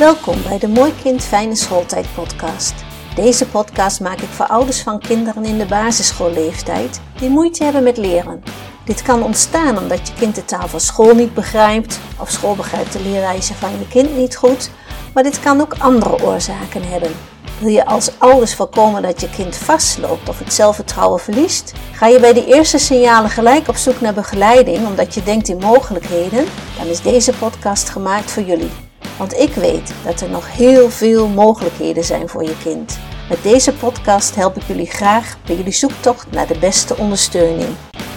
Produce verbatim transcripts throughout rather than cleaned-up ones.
Welkom bij de Mooi Kind Fijne Schooltijd podcast. Deze podcast maak ik voor ouders van kinderen in de basisschoolleeftijd die moeite hebben met leren. Dit kan ontstaan omdat je kind de taal van school niet begrijpt of school begrijpt de leerwijze van je kind niet goed, maar dit kan ook andere oorzaken hebben. Wil je als ouders voorkomen dat je kind vastloopt of het zelfvertrouwen verliest? Ga je bij de eerste signalen gelijk op zoek naar begeleiding omdat je denkt in mogelijkheden? Dan is deze podcast gemaakt voor jullie. Want ik weet dat er nog heel veel mogelijkheden zijn voor je kind. Met deze podcast help ik jullie graag bij jullie zoektocht naar de beste ondersteuning.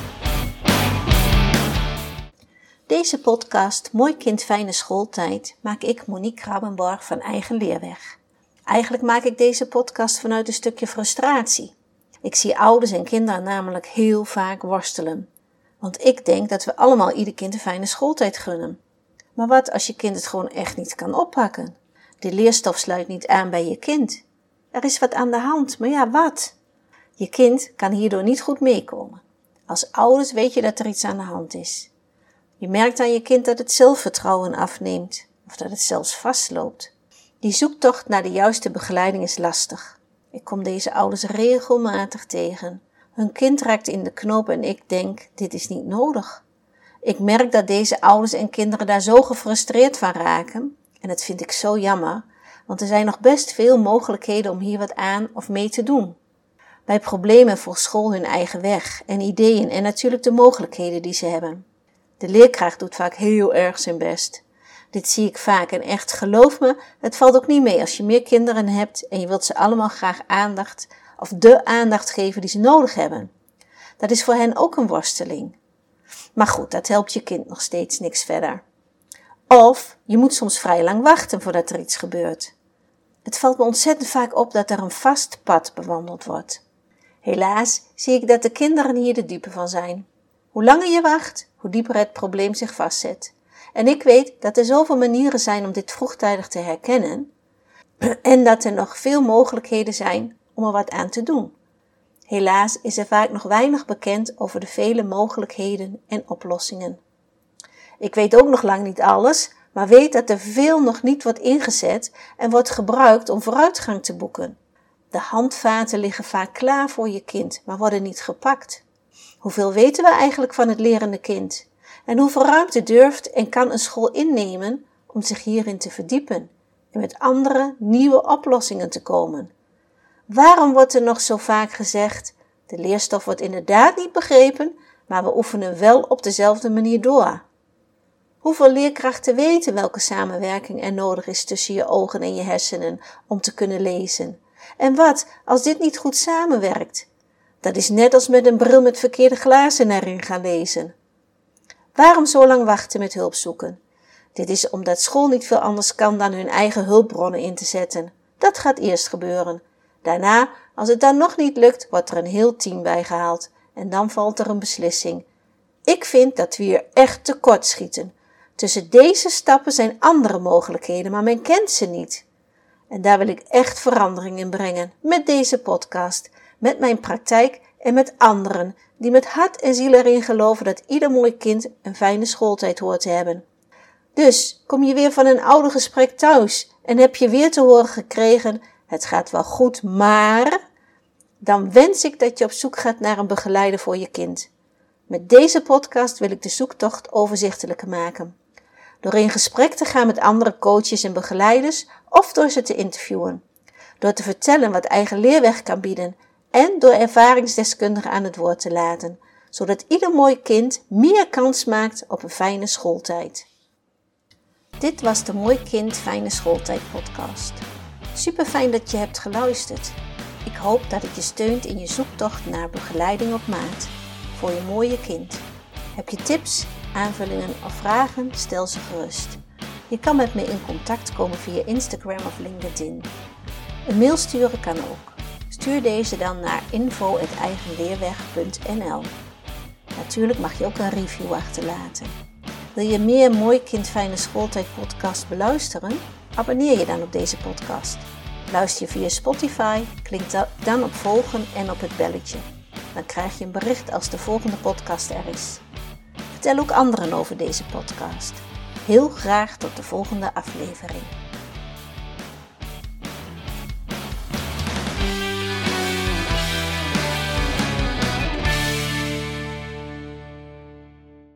Deze podcast Mooi Kind Fijne Schooltijd maak ik Monique Krabbenborg van Eigen Leerweg. Eigenlijk maak ik deze podcast vanuit een stukje frustratie. Ik zie ouders en kinderen namelijk heel vaak worstelen. Want ik denk dat we allemaal ieder kind een fijne schooltijd gunnen. Maar wat als je kind het gewoon echt niet kan oppakken? De leerstof sluit niet aan bij je kind. Er is wat aan de hand, maar ja, wat? Je kind kan hierdoor niet goed meekomen. Als ouders weet je dat er iets aan de hand is. Je merkt aan je kind dat het zelfvertrouwen afneemt, of dat het zelfs vastloopt. Die zoektocht naar de juiste begeleiding is lastig. Ik kom deze ouders regelmatig tegen. Hun kind raakt in de knoop en ik denk, dit is niet nodig. Ik merk dat deze ouders en kinderen daar zo gefrustreerd van raken. En dat vind ik zo jammer, want er zijn nog best veel mogelijkheden om hier wat aan of mee te doen. Bij problemen volgt school hun eigen weg en ideeën en natuurlijk de mogelijkheden die ze hebben. De leerkracht doet vaak heel erg zijn best. Dit zie ik vaak en echt, geloof me, het valt ook niet mee als je meer kinderen hebt en je wilt ze allemaal graag aandacht of de aandacht geven die ze nodig hebben. Dat is voor hen ook een worsteling. Maar goed, dat helpt je kind nog steeds niks verder. Of je moet soms vrij lang wachten voordat er iets gebeurt. Het valt me ontzettend vaak op dat er een vast pad bewandeld wordt. Helaas zie ik dat de kinderen hier de dupe van zijn. Hoe langer je wacht, hoe dieper het probleem zich vastzet. En ik weet dat er zoveel manieren zijn om dit vroegtijdig te herkennen en dat er nog veel mogelijkheden zijn om er wat aan te doen. Helaas is er vaak nog weinig bekend over de vele mogelijkheden en oplossingen. Ik weet ook nog lang niet alles, maar weet dat er veel nog niet wordt ingezet en wordt gebruikt om vooruitgang te boeken. De handvaten liggen vaak klaar voor je kind, maar worden niet gepakt. Hoeveel weten we eigenlijk van het lerende kind? En hoeveel ruimte durft en kan een school innemen om zich hierin te verdiepen en met andere, nieuwe oplossingen te komen? Waarom wordt er nog zo vaak gezegd, de leerstof wordt inderdaad niet begrepen, maar we oefenen wel op dezelfde manier door? Hoeveel leerkrachten weten welke samenwerking er nodig is tussen je ogen en je hersenen om te kunnen lezen? En wat als dit niet goed samenwerkt? Dat is net als met een bril met verkeerde glazen erin gaan lezen. Waarom zo lang wachten met hulp zoeken? Dit is omdat school niet veel anders kan dan hun eigen hulpbronnen in te zetten. Dat gaat eerst gebeuren. Daarna, als het dan nog niet lukt, wordt er een heel team bijgehaald en dan valt er een beslissing. Ik vind dat we hier echt tekort schieten. Tussen deze stappen zijn andere mogelijkheden, maar men kent ze niet. En daar wil ik echt verandering in brengen, met deze podcast, met mijn praktijk en met anderen die met hart en ziel erin geloven dat ieder mooi kind een fijne schooltijd hoort te hebben. Dus kom je weer van een oude gesprek thuis en heb je weer te horen gekregen, het gaat wel goed, maar dan wens ik dat je op zoek gaat naar een begeleider voor je kind. Met deze podcast wil ik de zoektocht overzichtelijker maken. Door in gesprek te gaan met andere coaches en begeleiders of door ze te interviewen. Door te vertellen wat Eigen Leerweg kan bieden en door ervaringsdeskundigen aan het woord te laten, zodat ieder mooi kind meer kans maakt op een fijne schooltijd. Dit was de Mooi Kind Fijne Schooltijd podcast. Super fijn dat je hebt geluisterd. Ik hoop dat het je steunt in je zoektocht naar begeleiding op maat voor je mooie kind. Heb je tips, aanvullingen of vragen? Stel ze gerust. Je kan met me in contact komen via Instagram of LinkedIn. Een mail sturen kan ook. Stuur deze dan naar info at eigenleerweg punt n l. Natuurlijk mag je ook een review achterlaten. Wil je meer Mooi Kind Fijne Schooltijd podcast beluisteren? Abonneer je dan op deze podcast. Luister je via Spotify, klik dan op volgen en op het belletje. Dan krijg je een bericht als de volgende podcast er is. Vertel ook anderen over deze podcast. Heel graag tot de volgende aflevering.